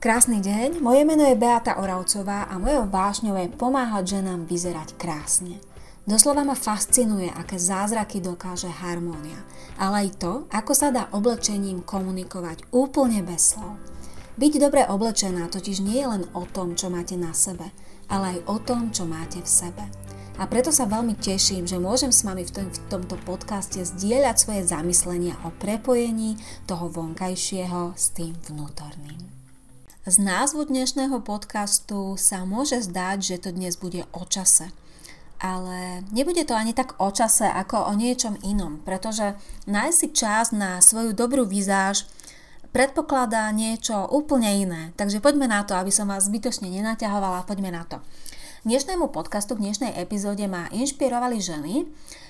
Krásny deň, moje meno je Beata Oravcová a mojou vášňou je pomáhať ženám vyzerať krásne. Doslova ma fascinuje, aké zázraky dokáže harmónia, ale aj to, ako sa dá oblečením komunikovať úplne bez slov. Byť dobre oblečená totiž nie je len o tom, čo máte na sebe, ale aj o tom, čo máte v sebe. A preto sa veľmi teším, že môžem s vami v tomto podcaste zdieľať svoje zamyslenia o prepojení toho vonkajšieho s tým vnútorným. Z názvu dnešného podcastu sa môže zdať, že to dnes bude o čase. Ale nebude to ani tak o čase, ako o niečom inom, pretože nájsť si čas na svoju dobrú vizáž predpokladá niečo úplne iné. Takže poďme na to, aby som vás zbytočne nenaťahovala, poďme na to. K dnešnému podcastu, k dnešnej epizóde ma inšpirovali ženy,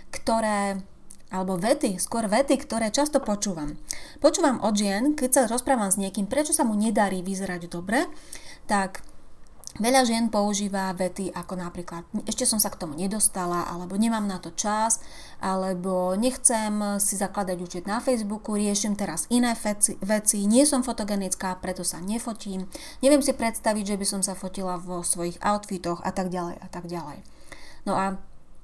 vety, ktoré často počúvam. Počúvam od žien, keď sa rozprávam s niekým, prečo sa mu nedarí vyzerať dobre, tak veľa žien používa vety ako napríklad ešte som sa k tomu nedostala, alebo nemám na to čas, alebo nechcem si zakladať účet na Facebooku, riešim teraz iné veci, nie som fotogenická, preto sa nefotím, neviem si predstaviť, že by som sa fotila vo svojich outfitoch a tak ďalej a tak ďalej. No a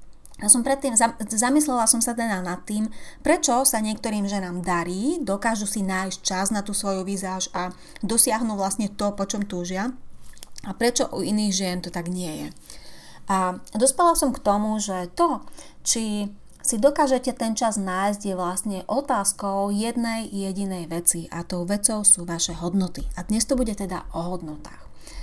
zamyslela som sa teda nad tým, prečo sa niektorým ženám darí, dokážu si nájsť čas na tú svoju vizáž a dosiahnu vlastne to, po čom túžia, a prečo u iných žien to tak nie je. A dospela som k tomu, že to, či si dokážete ten čas nájsť, je vlastne otázkou jednej jedinej veci a tou vecou sú vaše hodnoty. A dnes to bude teda o hodnotách.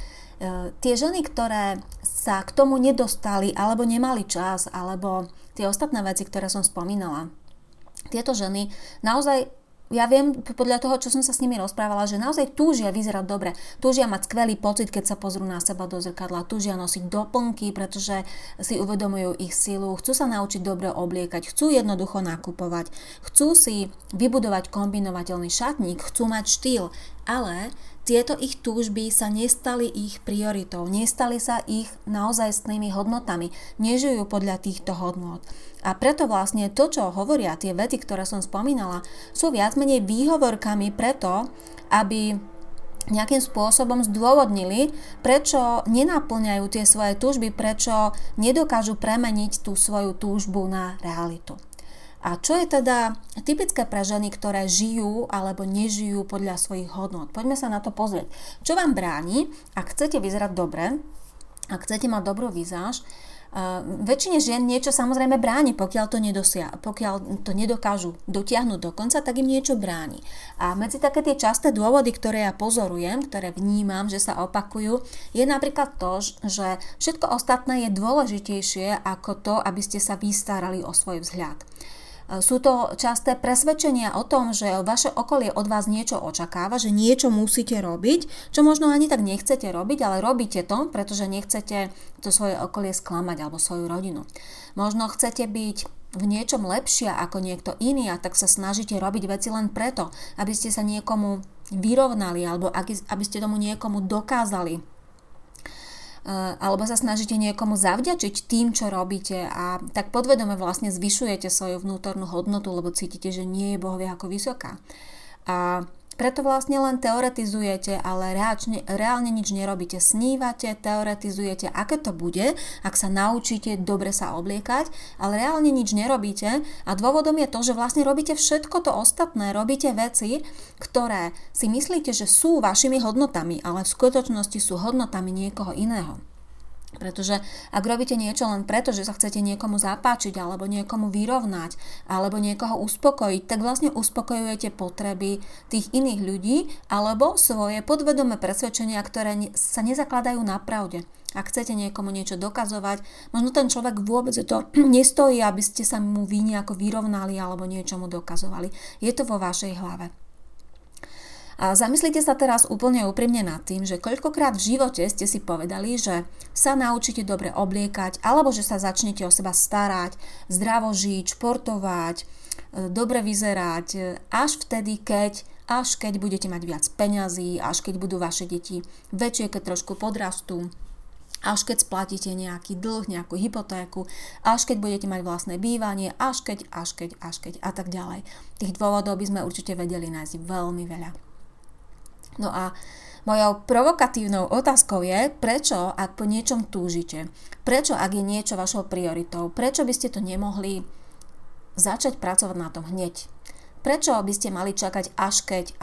Tie ženy, ktoré sa k tomu nedostali alebo nemali čas, alebo tie ostatné veci, ktoré som spomínala, tieto ženy naozaj, ja viem podľa toho, čo som sa s nimi rozprávala, že naozaj túžia vyzerať dobre, túžia mať skvelý pocit, keď sa pozrú na seba do zrkadla, túžia nosiť doplnky, pretože si uvedomujú ich silu, chcú sa naučiť dobre obliekať, chcú jednoducho nakupovať, chcú si vybudovať kombinovateľný šatník, chcú mať štýl, ale tieto ich túžby sa nestali ich prioritou, nestali sa ich naozajstnými hodnotami, nežijú podľa týchto hodnôt. A preto vlastne to, čo hovoria tie vety, ktoré som spomínala, sú viac menej výhovorkami preto, aby nejakým spôsobom zdôvodnili, prečo nenaplňajú tie svoje túžby, prečo nedokážu premeniť tú svoju túžbu na realitu. A čo je teda typické pre ženy, ktoré žijú alebo nežijú podľa svojich hodnôt? Poďme sa na to pozrieť. Čo vám bráni, ak chcete vyzerať dobre, ak chcete mať dobrú vizáž, väčšine žien niečo samozrejme bráni, pokiaľ to nedokážu dotiahnuť do konca, tak im niečo bráni. A medzi také tie časté dôvody, ktoré ja pozorujem, ktoré vnímam, že sa opakujú, je napríklad to, že všetko ostatné je dôležitejšie ako to, aby ste sa vystarali o svoj vzhľad. Sú to časté presvedčenia o tom, že vaše okolie od vás niečo očakáva, že niečo musíte robiť, čo možno ani tak nechcete robiť, ale robíte to, pretože nechcete to svoje okolie sklamať alebo svoju rodinu. Možno chcete byť v niečom lepšia ako niekto iný a tak sa snažíte robiť veci len preto, aby ste sa niekomu vyrovnali alebo aby ste tomu niekomu dokázali. Alebo sa snažíte niekomu zavďačiť tým, čo robíte a tak podvedome vlastne zvyšujete svoju vnútornú hodnotu, lebo cítite, že nie je bohvie ako vysoká. A preto vlastne len teoretizujete, ale reálne nič nerobíte. Snívate, teoretizujete, aké to bude, ak sa naučíte dobre sa obliekať, ale reálne nič nerobíte a dôvodom je to, že vlastne robíte všetko to ostatné, robíte veci, ktoré si myslíte, že sú vašimi hodnotami, ale v skutočnosti sú hodnotami niekoho iného. Pretože ak robíte niečo len preto, že sa chcete niekomu zapáčiť alebo niekomu vyrovnať alebo niekoho uspokojiť, tak vlastne uspokojujete potreby tých iných ľudí alebo svoje podvedomé presvedčenia, ktoré sa nezakladajú na pravde. Ak chcete niekomu niečo dokazovať, možno ten človek vôbec to nestojí, aby ste sa mu vy nejako vyrovnali alebo niečomu dokazovali. Je to vo vašej hlave. A zamyslite sa teraz úplne úprimne nad tým, že koľkokrát v živote ste si povedali, že sa naučíte dobre obliekať, alebo že sa začnete o seba starať, zdravo žiť, športovať, dobre vyzerať, až keď budete mať viac peňazí, až keď budú vaše deti väčšie, keď trošku podrastú, až keď splatíte nejaký dlh, nejakú hypotéku, až keď budete mať vlastné bývanie, až keď a tak ďalej. Tých dôvodov by sme určite vedeli nájsť veľmi veľa. No a Mojou provokatívnou otázkou je, prečo, ak po niečom túžite, prečo, ak je niečo vašou prioritou, prečo by ste to nemohli začať pracovať na tom hneď? Prečo by ste mali čakať až keď?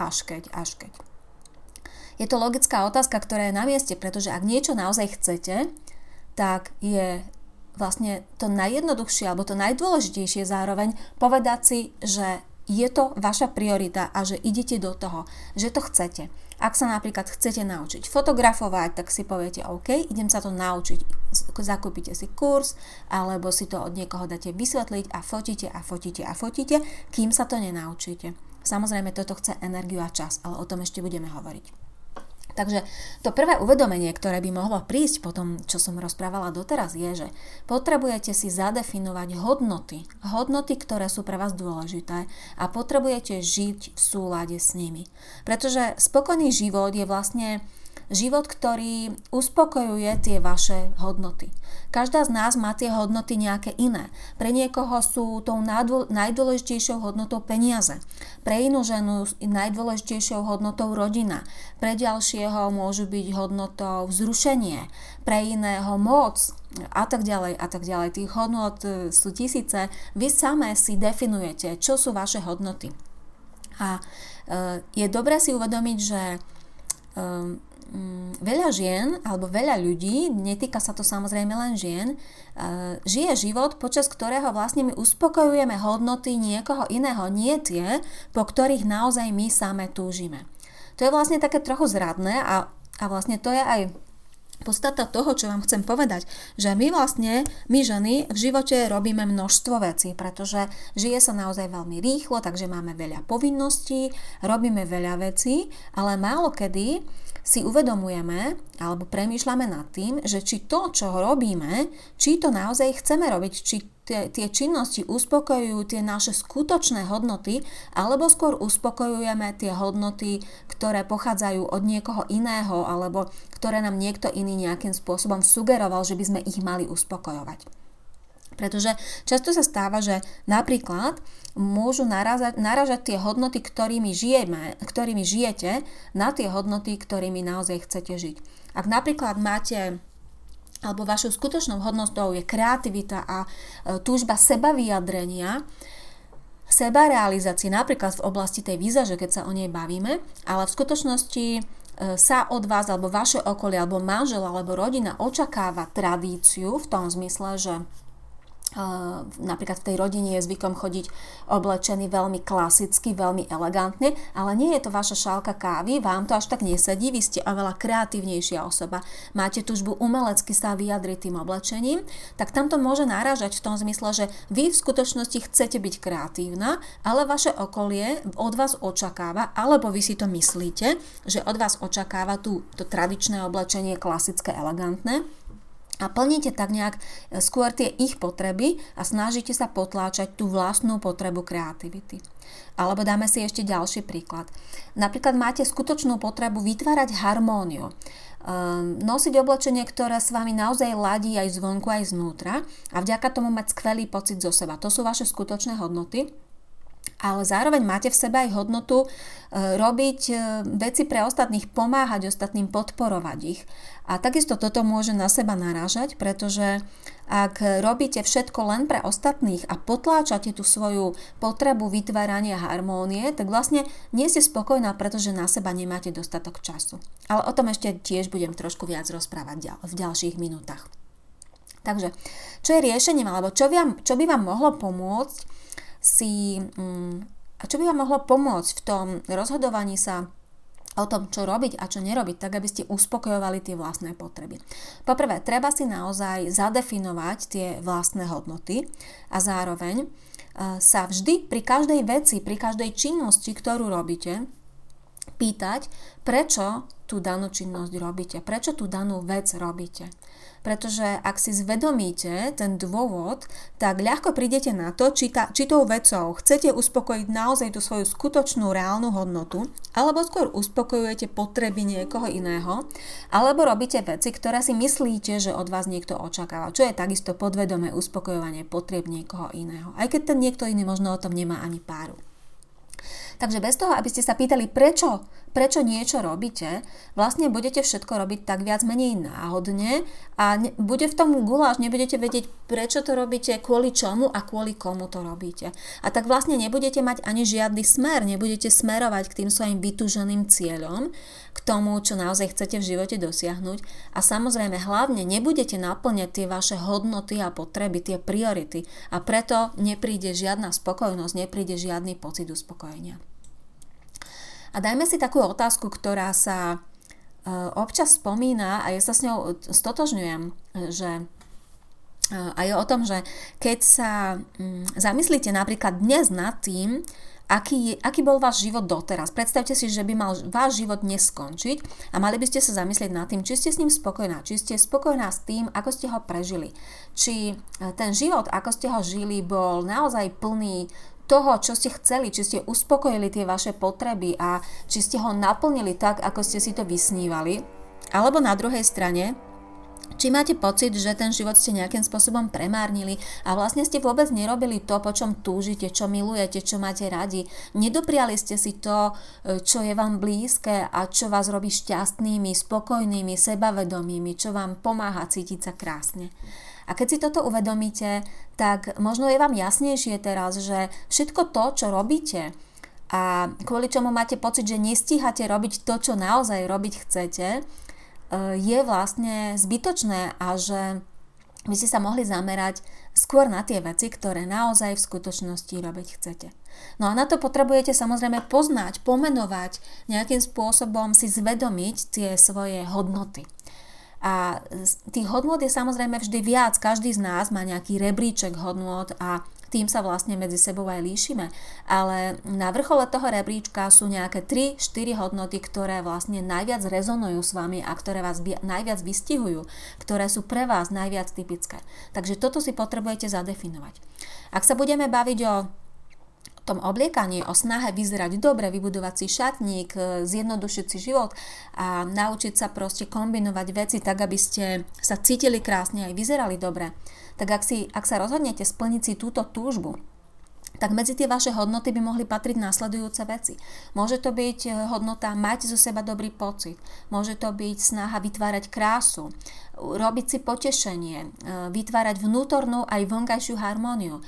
Je to logická otázka, ktorá je na mieste, pretože ak niečo naozaj chcete, tak je vlastne to najjednoduchšie alebo to najdôležitejšie zároveň povedať si, že je to vaša priorita a že idete do toho, že to chcete. Ak sa napríklad chcete naučiť fotografovať, tak si poviete, OK, idem sa to naučiť. Zakúpite si kurz, alebo si to od niekoho dáte vysvetliť a fotíte, kým sa to nenaučíte. Samozrejme, toto chce energiu a čas, ale o tom ešte budeme hovoriť. Takže to prvé uvedomenie, ktoré by mohlo prísť po tom, čo som rozprávala doteraz, je, že potrebujete si zadefinovať hodnoty, ktoré sú pre vás dôležité a potrebujete žiť v súlade s nimi. Pretože spokojný život je vlastne život, ktorý uspokojuje tie vaše hodnoty. Každá z nás má tie hodnoty nejaké iné. Pre niekoho sú tou najdôležitejšou hodnotou peniaze. Pre inú ženu najdôležitejšou hodnotou rodina. Pre ďalšieho môžu byť hodnotou vzrušenie. Pre iného moc a tak ďalej. Tých hodnot sú tisíce. Vy samé si definujete, čo sú vaše hodnoty. A je dobré si uvedomiť, že veľa žien alebo veľa ľudí, netýka sa to samozrejme len žien, žije život, počas ktorého vlastne my uspokojujeme hodnoty niekoho iného, nie tie, po ktorých naozaj my same túžime. To je vlastne také trochu zradné a vlastne to je aj podstata toho, čo vám chcem povedať, že my ženy v živote robíme množstvo vecí, pretože žije sa naozaj veľmi rýchlo, takže máme veľa povinností, robíme veľa vecí, ale málo kedy si uvedomujeme alebo premýšľame nad tým, že či to, čo robíme, či to naozaj chceme robiť, či tie činnosti uspokojujú tie naše skutočné hodnoty, alebo skôr uspokojujeme tie hodnoty, ktoré pochádzajú od niekoho iného, alebo ktoré nám niekto iný nejakým spôsobom sugeroval, že by sme ich mali uspokojovať. Pretože často sa stáva, že napríklad môžu narážať tie hodnoty, ktorými žijete, na tie hodnoty, ktorými naozaj chcete žiť. Ak napríklad máte alebo vašou skutočnou hodnotou je kreativita a túžba sebavyjadrenia, sebarealizácie, napríklad v oblasti tej výzaže, keď sa o nej bavíme, ale v skutočnosti sa od vás, alebo vaše okolie, alebo manžel, alebo rodina očakáva tradíciu v tom zmysle, že napríklad v tej rodine je zvykom chodiť oblečený veľmi klasicky, veľmi elegantne, ale nie je to vaša šálka kávy, vám to až tak nesedí, vy ste oveľa kreatívnejšia osoba, máte túžbu umelecky sa vyjadriť tým oblečením, tak tam to môže narážať v tom zmysle, že vy v skutočnosti chcete byť kreatívna, ale vaše okolie od vás očakáva, alebo vy si to myslíte, že od vás očakáva to tradičné oblečenie, klasické, elegantné, a plníte tak nejak skôr tie ich potreby a snažíte sa potláčať tú vlastnú potrebu kreativity. Alebo dáme si ešte ďalší príklad. Napríklad máte skutočnú potrebu vytvárať harmóniu. Nosiť oblečenie, ktoré s vami naozaj ladí aj zvonku, aj znútra a vďaka tomu mať skvelý pocit zo seba. To sú vaše skutočné hodnoty. Ale zároveň máte v sebe aj hodnotu robiť veci pre ostatných, pomáhať ostatným, podporovať ich. A takisto toto môže na seba narážať, pretože ak robíte všetko len pre ostatných a potláčate tú svoju potrebu vytvárania harmónie, tak vlastne nie ste spokojná, pretože na seba nemáte dostatok času. Ale o tom ešte tiež budem trošku viac rozprávať v ďalších minútach. Takže, čo je riešením, alebo čo by vám mohlo pomôcť čo by vám mohlo pomôcť v tom rozhodovaní sa o tom, čo robiť a čo nerobiť, tak aby ste uspokojovali tie vlastné potreby. Poprvé, treba si naozaj zadefinovať tie vlastné hodnoty a zároveň sa vždy pri každej veci, pri každej činnosti, ktorú robíte, pýtať, prečo tú danú činnosť robíte, prečo tú danú vec robíte. Pretože ak si zvedomíte ten dôvod, tak ľahko prídete na to, či tou vecou chcete uspokojiť naozaj tú svoju skutočnú reálnu hodnotu, alebo skôr uspokojujete potreby niekoho iného, alebo robíte veci, ktoré si myslíte, že od vás niekto očakáva, čo je takisto podvedomé uspokojovanie potrieb niekoho iného, aj keď ten niekto iný možno o tom nemá ani páru. Takže bez toho, aby ste sa pýtali, prečo prečo niečo robíte, vlastne budete všetko robiť tak viac menej náhodne a bude v tom guláš, nebudete vedieť, prečo to robíte, kvôli čomu a kvôli komu to robíte. A tak vlastne nebudete mať ani žiadny smer, nebudete smerovať k tým svojim vytúženým cieľom, k tomu, čo naozaj chcete v živote dosiahnuť a samozrejme hlavne nebudete naplňať tie vaše hodnoty a potreby, tie priority a preto nepríde žiadna spokojnosť, nepríde žiadny pocit uspokojenia. A dajme si takú otázku, ktorá sa občas spomína a ja sa s ňou stotožňujem, že a je o tom, že keď sa zamyslíte napríklad dnes nad tým, aký bol váš život doteraz. Predstavte si, že by mal váš život dnes skončiť a mali by ste sa zamyslieť nad tým, či ste s ním spokojná, či ste spokojná s tým, ako ste ho prežili. Či ten život, ako ste ho žili, bol naozaj plný toho, čo ste chceli, či ste uspokojili tie vaše potreby a či ste ho naplnili tak, ako ste si to vysnívali. Alebo na druhej strane, či máte pocit, že ten život ste nejakým spôsobom premárnili a vlastne ste vôbec nerobili to, po čom túžite, čo milujete, čo máte radi. Nedopriali ste si to, čo je vám blízke a čo vás robí šťastnými, spokojnými, sebavedomými, čo vám pomáha cítiť sa krásne. A keď si toto uvedomíte, tak možno je vám jasnejšie teraz, že všetko to, čo robíte a kvôli čomu máte pocit, že nestíhate robiť to, čo naozaj robiť chcete, je vlastne zbytočné a že by ste sa mohli zamerať skôr na tie veci, ktoré naozaj v skutočnosti robiť chcete. No a na to potrebujete samozrejme poznať, pomenovať, nejakým spôsobom si zvedomiť tie svoje hodnoty. A tých hodnôt je samozrejme vždy viac. Každý z nás má nejaký rebríček hodnôt a tým sa vlastne medzi sebou aj líšime. Ale na vrchole toho rebríčka sú nejaké 3-4 hodnoty, ktoré vlastne najviac rezonujú s vami a ktoré vás najviac vystihujú, ktoré sú pre vás najviac typické. Takže toto si potrebujete zadefinovať. Ak sa budeme baviť o tom obliekaní, o snahe vyzerať dobre, vybudovať si šatník, zjednodušiť si život a naučiť sa proste kombinovať veci tak, aby ste sa cítili krásne aj vyzerali dobre, tak ak sa rozhodnete splniť si túto túžbu, tak medzi tie vaše hodnoty by mohli patriť následujúce veci. Môže to byť hodnota mať zo seba dobrý pocit, môže to byť snaha vytvárať krásu, robiť si potešenie, vytvárať vnútornú aj vonkajšiu harmóniu,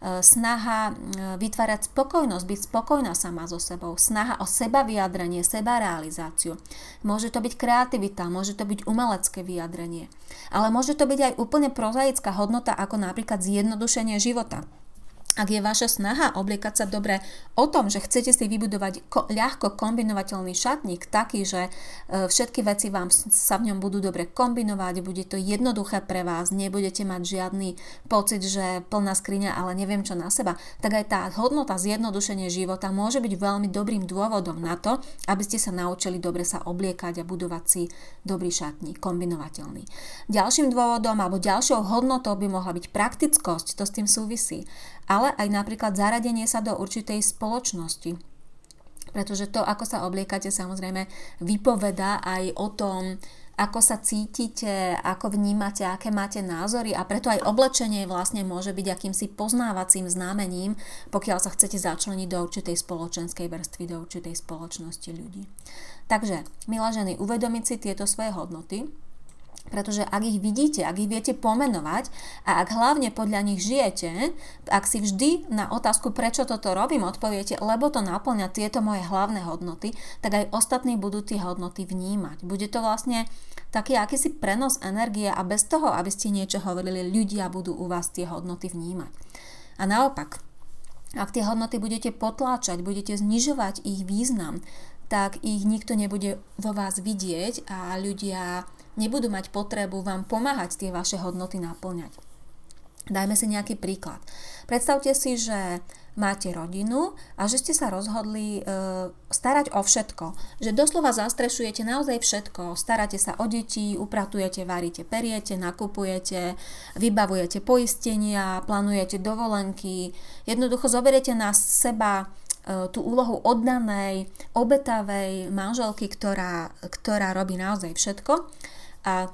snaha vytvárať spokojnosť, byť spokojná sama so sebou, snaha o seba vyjadrenie, seba realizáciu. Môže to byť kreativita, môže to byť umelecké vyjadrenie, ale môže to byť aj úplne prozaická hodnota, ako napríklad zjednodušenie života. Ak je vaša snaha obliekať sa dobre o tom, že chcete si vybudovať ľahko kombinovateľný šatník, taký, že všetky veci vám sa v ňom budú dobre kombinovať, bude to jednoduché pre vás, nebudete mať žiadny pocit, že plná skriňa, ale neviem čo na seba, tak aj tá hodnota zjednodušenie života môže byť veľmi dobrým dôvodom na to, aby ste sa naučili dobre sa obliekať a budovať si dobrý šatník, kombinovateľný. Ďalším dôvodom alebo ďalšou hodnotou by mohla byť praktickosť, to s tým súvisí. Ale aj napríklad zaradenie sa do určitej spoločnosti. Pretože to, ako sa obliekate, samozrejme vypovedá aj o tom, ako sa cítite, ako vnímate, aké máte názory a preto aj oblečenie vlastne môže byť akýmsi poznávacím znamením, pokiaľ sa chcete začleniť do určitej spoločenskej vrstvy, do určitej spoločnosti ľudí. Takže, milé ženy, uvedomiť si tieto svoje hodnoty, pretože ak ich vidíte, ak ich viete pomenovať a ak hlavne podľa nich žijete, ak si vždy na otázku, prečo toto robím, odpoviete, lebo to naplňa tieto moje hlavné hodnoty, tak aj ostatní budú tie hodnoty vnímať. Bude to vlastne taký akýsi prenos energie a bez toho, aby ste niečo hovorili, ľudia budú u vás tie hodnoty vnímať. A naopak, ak tie hodnoty budete potláčať, budete znižovať ich význam, tak ich nikto nebude vo vás vidieť a ľudia nebudú mať potrebu vám pomáhať tie vaše hodnoty naplňať. Dajme si nejaký príklad. Predstavte si, že máte rodinu a že ste sa rozhodli starať o všetko. Že doslova zastrešujete naozaj všetko. Staráte sa o deti, upratujete, varíte, periete, nakupujete, vybavujete poistenia, plánujete dovolenky. Jednoducho zoberiete na seba tú úlohu oddanej, obetavej manželky, ktorá robí naozaj všetko. A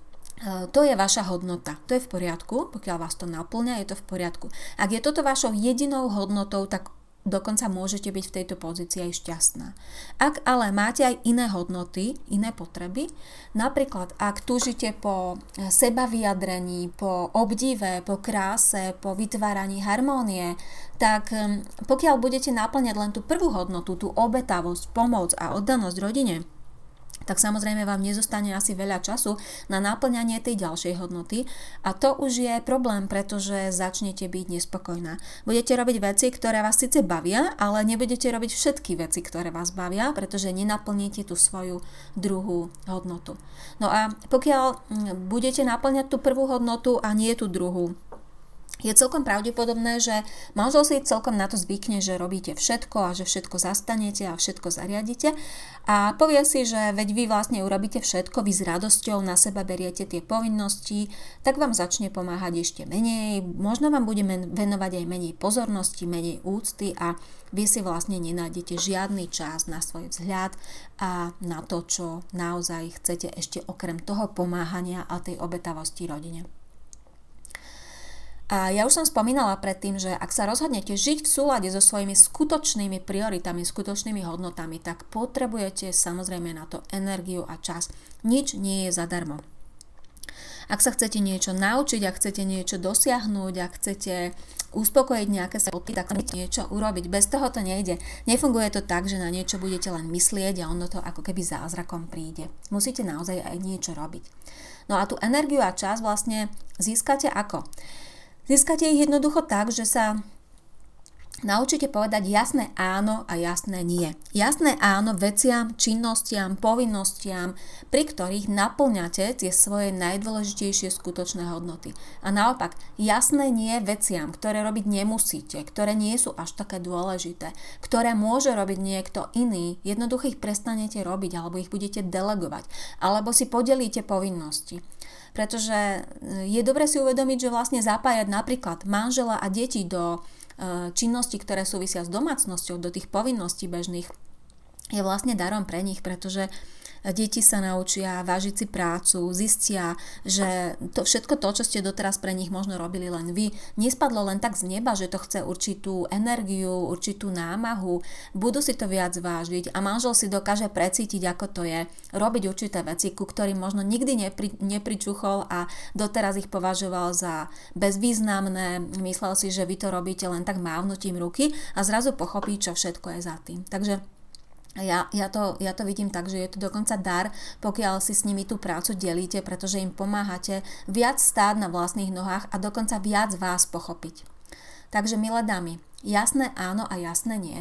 to je vaša hodnota. To je v poriadku, pokiaľ vás to naplňa, je to v poriadku. Ak je toto vašou jedinou hodnotou, tak dokonca môžete byť v tejto pozícii aj šťastná. Ak ale máte aj iné hodnoty, iné potreby, napríklad ak túžite po sebavyjadrení, po obdive, po kráse, po vytváraní harmónie, tak pokiaľ budete naplňať len tú prvú hodnotu, tú obetavosť, pomoc a oddanosť rodine, tak samozrejme vám nezostane asi veľa času na naplňanie tej ďalšej hodnoty a to už je problém, pretože začnete byť nespokojná. Budete robiť veci, ktoré vás síce bavia, ale nebudete robiť všetky veci, ktoré vás bavia, pretože nenaplníte tú svoju druhú hodnotu. No a pokiaľ budete naplňať tú prvú hodnotu a nie tú druhú, je celkom pravdepodobné, že manžel si celkom na to zvykne, že robíte všetko a že všetko zastanete a všetko zariadite a povie si, že veď vy vlastne urobíte všetko, vy s radosťou na seba beriete tie povinnosti, tak vám začne pomáhať ešte menej, možno vám bude venovať aj menej pozornosti, menej úcty a vy si vlastne nenájdete žiadny čas na svoj vzhľad a na to, čo naozaj chcete ešte okrem toho pomáhania a tej obetavosti rodine. A ja už som spomínala predtým, že ak sa rozhodnete žiť v súlade so svojimi skutočnými prioritami, skutočnými hodnotami, tak potrebujete samozrejme na to energiu a čas. Nič nie je zadarmo. Ak sa chcete niečo naučiť, ak chcete niečo dosiahnuť, ak chcete uspokojiť nejaké potreby, tak musíte niečo urobiť. Bez toho to nejde. Nefunguje to tak, že na niečo budete len myslieť a ono to ako keby zázrakom príde. Musíte naozaj aj niečo robiť. No a tú energiu a čas vlastne získate ako? Získate ich jednoducho tak, že sa naučíte povedať jasné áno a jasné nie. Jasné áno veciam, činnostiam, povinnostiam, pri ktorých naplňate tie svoje najdôležitejšie skutočné hodnoty. A naopak, jasné nie veciam, ktoré robiť nemusíte, ktoré nie sú až také dôležité, ktoré môže robiť niekto iný, jednoducho ich prestanete robiť alebo ich budete delegovať, alebo si podelíte povinnosti. Pretože je dobre si uvedomiť, že vlastne zapájať napríklad manžela a deti do činnosti, ktoré súvisia s domácnosťou, do tých povinností bežných, je vlastne darom pre nich, pretože deti sa naučia vážiť si prácu, zistia, že to všetko to, čo ste doteraz pre nich možno robili len vy, nespadlo len tak z neba, že to chce určitú energiu, určitú námahu, budú si to viac vážiť a manžel si dokáže precítiť, ako to je, robiť určité veci, ku ktorým možno nikdy nepričuchol a doteraz ich považoval za bezvýznamné, myslel si, že vy to robíte len tak mávnutím ruky a zrazu pochopí, čo všetko je za tým. Takže ja to vidím tak, že je to dokonca dar, pokiaľ si s nimi tú prácu delíte, pretože im pomáhate viac stáť na vlastných nohách a dokonca viac vás pochopiť. Takže milé dámy, jasné áno a jasné nie.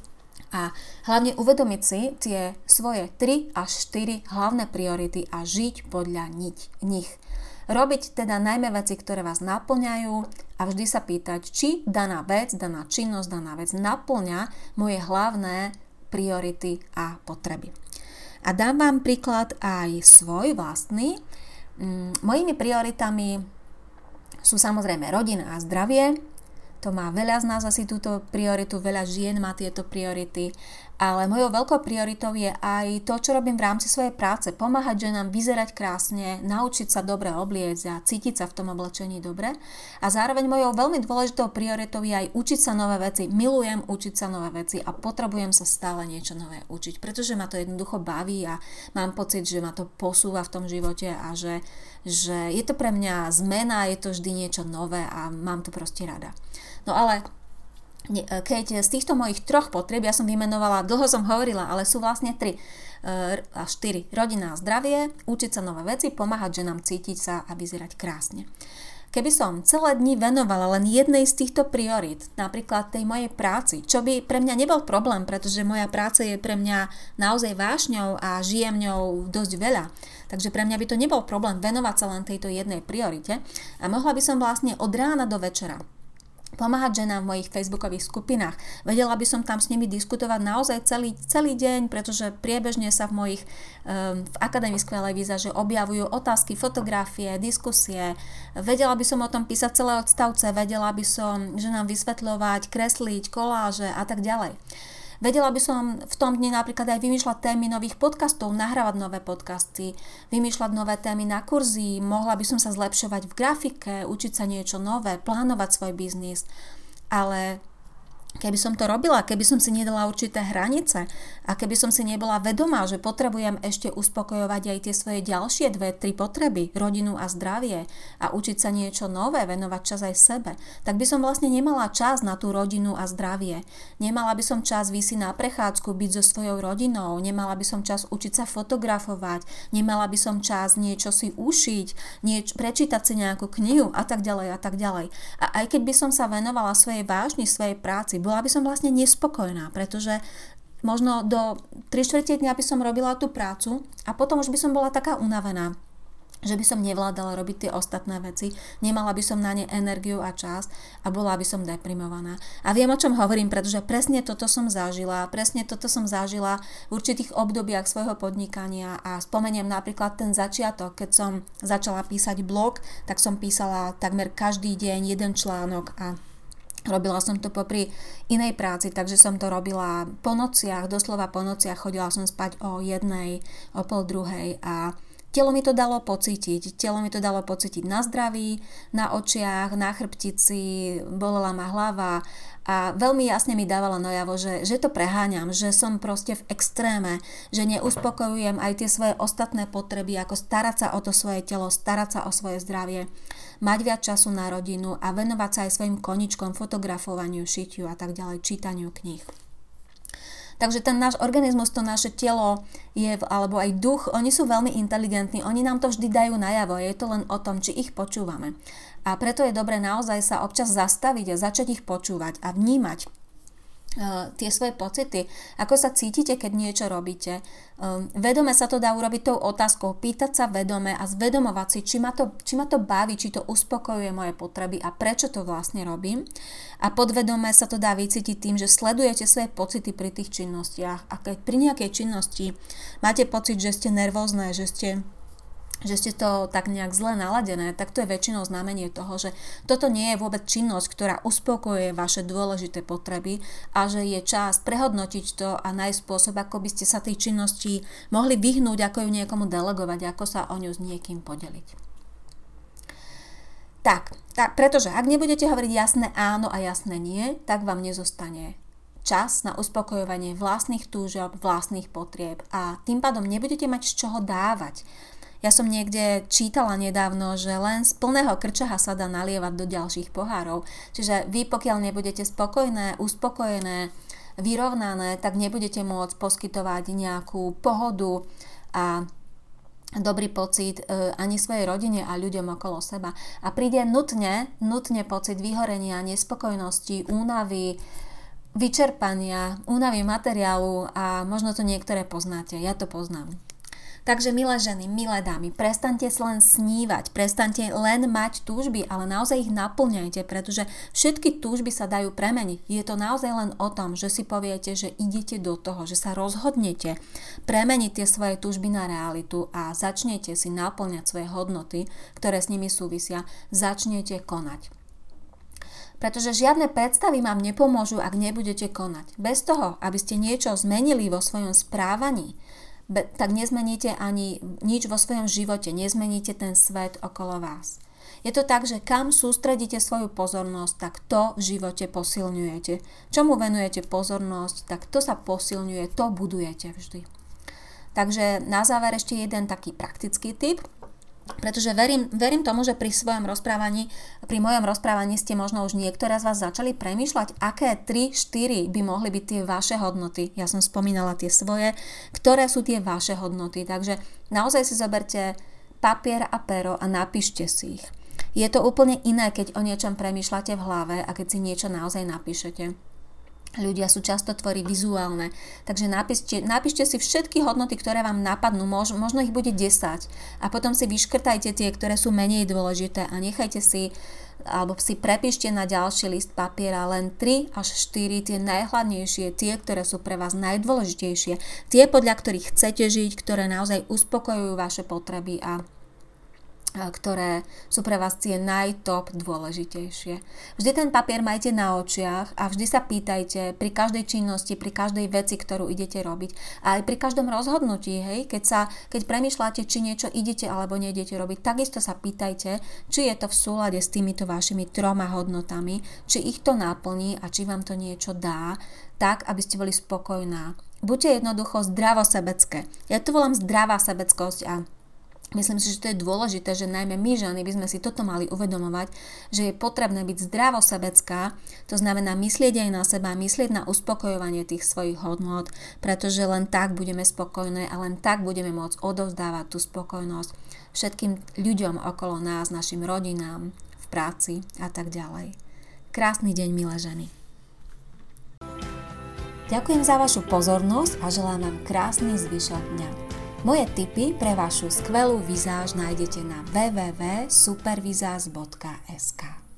A hlavne uvedomiť si tie svoje 3 až 4 hlavné priority a žiť podľa nich. Robiť teda najmä veci, ktoré vás naplňajú a vždy sa pýtať, či daná vec, daná činnosť, daná vec naplňa moje hlavné priority a potreby. A dám vám príklad aj svoj vlastný. Mojimi prioritami sú samozrejme rodina a zdravie. To má veľa z nás asi túto prioritu, veľa žien má tieto priority, ale mojou veľkou prioritou je aj to, čo robím v rámci svojej práce. Pomáhať ženám vyzerať krásne, naučiť sa dobre obliecť a cítiť sa v tom oblečení dobre. A zároveň mojou veľmi dôležitou prioritou je aj učiť sa nové veci. Milujem učiť sa nové veci a potrebujem sa stále niečo nové učiť, pretože ma to jednoducho baví a mám pocit, že ma to posúva v tom živote a že je to pre mňa zmena, je to vždy niečo nové a mám to proste rada. No ale keď z týchto mojich 3 potrieb, ja som vymenovala, dlho som hovorila, ale sú vlastne 3 a 4. Rodina a zdravie, učiť sa nové veci, pomáhať ženám cítiť sa a vyzerať krásne. Keby som celé dni venovala len jednej z týchto priorít, napríklad tej mojej práci, čo by pre mňa nebol problém, pretože moja práca je pre mňa naozaj vášňou a žijem ňou dosť veľa. Takže pre mňa by to nebol problém venovať sa len tejto jednej priorite a mohla by som vlastne od rána do večera pomáhať ženám v mojich facebookových skupinách. Vedela by som tam s nimi diskutovať naozaj celý deň, pretože priebežne sa v Akadémii skvelej výzaže objavujú otázky, fotografie, diskusie. Vedela by som o tom písať celé odstavce, vedela by som ženám vysvetľovať, kresliť, koláže a tak ďalej. Vedela by som v tom dni napríklad aj vymýšľať témy nových podcastov, nahrávať nové podcasty, vymýšľať nové témy na kurzy, mohla by som sa zlepšovať v grafike, učiť sa niečo nové, plánovať svoj biznis. Ale Keby som to robila, keby som si nedala určité hranice a keby som si nebola vedomá, že potrebujem ešte uspokojovať aj tie svoje ďalšie 2-3 potreby, rodinu a zdravie a učiť sa niečo nové, venovať čas aj sebe, tak by som vlastne nemala čas na tú rodinu a zdravie. Nemala by som čas vyjsť na prechádzku, byť so svojou rodinou, nemala by som čas učiť sa fotografovať, nemala by som čas niečo si ušiť, prečítať si nejakú knihu a tak ďalej a tak ďalej. A aj keď by som sa venovala svojej vášni, svojej práci, bola by som vlastne nespokojná, pretože možno do 3/4 dňa by som robila tú prácu a potom už by som bola taká unavená, že by som nevládala robiť tie ostatné veci, nemala by som na ne energiu a čas a bola by som deprimovaná. A viem, o čom hovorím, pretože presne toto som zažila v určitých obdobiach svojho podnikania a spomeniem napríklad ten začiatok, keď som začala písať blog, tak som písala takmer každý deň jeden článok a robila som to popri inej práci, takže som to robila po nociach, doslova po nociach, chodila som spať o 1:00, o 1:30 a telo mi to dalo pocítiť na zdraví, na očiach, na chrbtici, bolela ma hlava a veľmi jasne mi dávala najavo, že to preháňam, že som proste v extréme, že neuspokojujem aj tie svoje ostatné potreby, ako starať sa o to svoje telo, starať sa o svoje zdravie, mať viac času na rodinu a venovať sa aj svojim koničkom, fotografovaniu, šitiu a tak ďalej, čítaniu kníh. Takže ten náš organizmus, to naše telo alebo aj duch, oni sú veľmi inteligentní, oni nám to vždy dajú najavo, je to len o tom, či ich počúvame. A preto je dobré naozaj sa občas zastaviť a začať ich počúvať a vnímať tie svoje pocity, ako sa cítite, keď niečo robíte. Vedome sa to dá urobiť tou otázkou, pýtať sa vedome a zvedomovať si, či ma to baví, či to uspokojuje moje potreby a prečo to vlastne robím. A podvedome sa to dá vycítiť tým, že sledujete svoje pocity pri tých činnostiach a keď pri nejakej činnosti máte pocit, že ste nervózne, že ste to tak nejak zle naladené, tak to je väčšinou znamenie toho, že toto nie je vôbec činnosť, ktorá uspokojuje vaše dôležité potreby a že je čas prehodnotiť to a nájsť spôsob, ako by ste sa tej činnosti mohli vyhnúť, ako ju niekomu delegovať, ako sa o ňu s niekým podeliť. Tak, pretože ak nebudete hovoriť jasné áno a jasné nie, tak vám nezostane čas na uspokojovanie vlastných túžob, vlastných potrieb a tým pádom nebudete mať z čoho dávať. Ja som niekde čítala nedávno, že len z plného krčaha sa dá nalievať do ďalších pohárov. Čiže vy, pokiaľ nebudete spokojné, uspokojené, vyrovnané, tak nebudete môcť poskytovať nejakú pohodu a dobrý pocit ani svojej rodine a ľuďom okolo seba. A príde nutne pocit vyhorenia, nespokojnosti, únavy, vyčerpania, únavy materiálu a možno to niektoré poznáte. Ja to poznám. Takže milé ženy, milé dámy, prestaňte len snívať, prestaňte len mať túžby, ale naozaj ich naplňajte, pretože všetky túžby sa dajú premeniť. Je to naozaj len o tom, že si poviete, že idete do toho, že sa rozhodnete premeniť tie svoje túžby na realitu a začnete si naplňať svoje hodnoty, ktoré s nimi súvisia, začnete konať. Pretože žiadne predstavy vám nepomôžu, ak nebudete konať. Bez toho, aby ste niečo zmenili vo svojom správaní, tak nezmeníte ani nič vo svojom živote, nezmeníte ten svet okolo vás. Je to tak, že kam sústredíte svoju pozornosť, tak to v živote posilňujete. Čomu venujete pozornosť, tak to sa posilňuje, to budujete vždy. Takže na záver ešte jeden taký praktický tip, pretože verím tomu, že pri mojom rozprávaní ste možno už niektoré z vás začali premýšľať, aké 3-4 by mohli byť tie vaše hodnoty. Ja som spomínala tie svoje, ktoré sú tie vaše hodnoty. Takže naozaj si zoberte papier a pero a napíšte si ich. Je to úplne iné, keď o niečom premýšľate v hlave a keď si niečo naozaj napíšete. Ľudia sú často tvorí vizuálne, takže napíšte si všetky hodnoty, ktoré vám napadnú, možno ich bude 10 a potom si vyškrtajte tie, ktoré sú menej dôležité a nechajte si, alebo si prepíšte na ďalší list papiera len 3 až 4 tie najhlavnejšie, tie, ktoré sú pre vás najdôležitejšie, tie, podľa ktorých chcete žiť, ktoré naozaj uspokojujú vaše potreby a ktoré sú pre vás tie najtop dôležitejšie. Vždy ten papier majte na očiach a vždy sa pýtajte pri každej činnosti, pri každej veci, ktorú idete robiť a aj pri každom rozhodnutí, hej, keď premýšľate, či niečo idete alebo neidete robiť, takisto sa pýtajte, či je to v súlade s týmito vašimi 3 hodnotami, či ich to naplní a či vám to niečo dá, tak, aby ste boli spokojná. Buďte jednoducho zdravosebecké. Ja to volám zdravá sebeckosť a myslím si, že to je dôležité, že najmä my ženy by sme si toto mali uvedomovať, že je potrebné byť zdravosebecká, to znamená myslieť aj na seba, myslieť na uspokojovanie tých svojich hodnôt, pretože len tak budeme spokojné a len tak budeme môcť odovzdávať tú spokojnosť všetkým ľuďom okolo nás, našim rodinám, v práci a tak ďalej. Krásny deň, milé ženy. Ďakujem za vašu pozornosť a želám vám krásny zvyšok dňa. Moje tipy pre vašu skvelú vizáž nájdete na www.supervizáž.sk.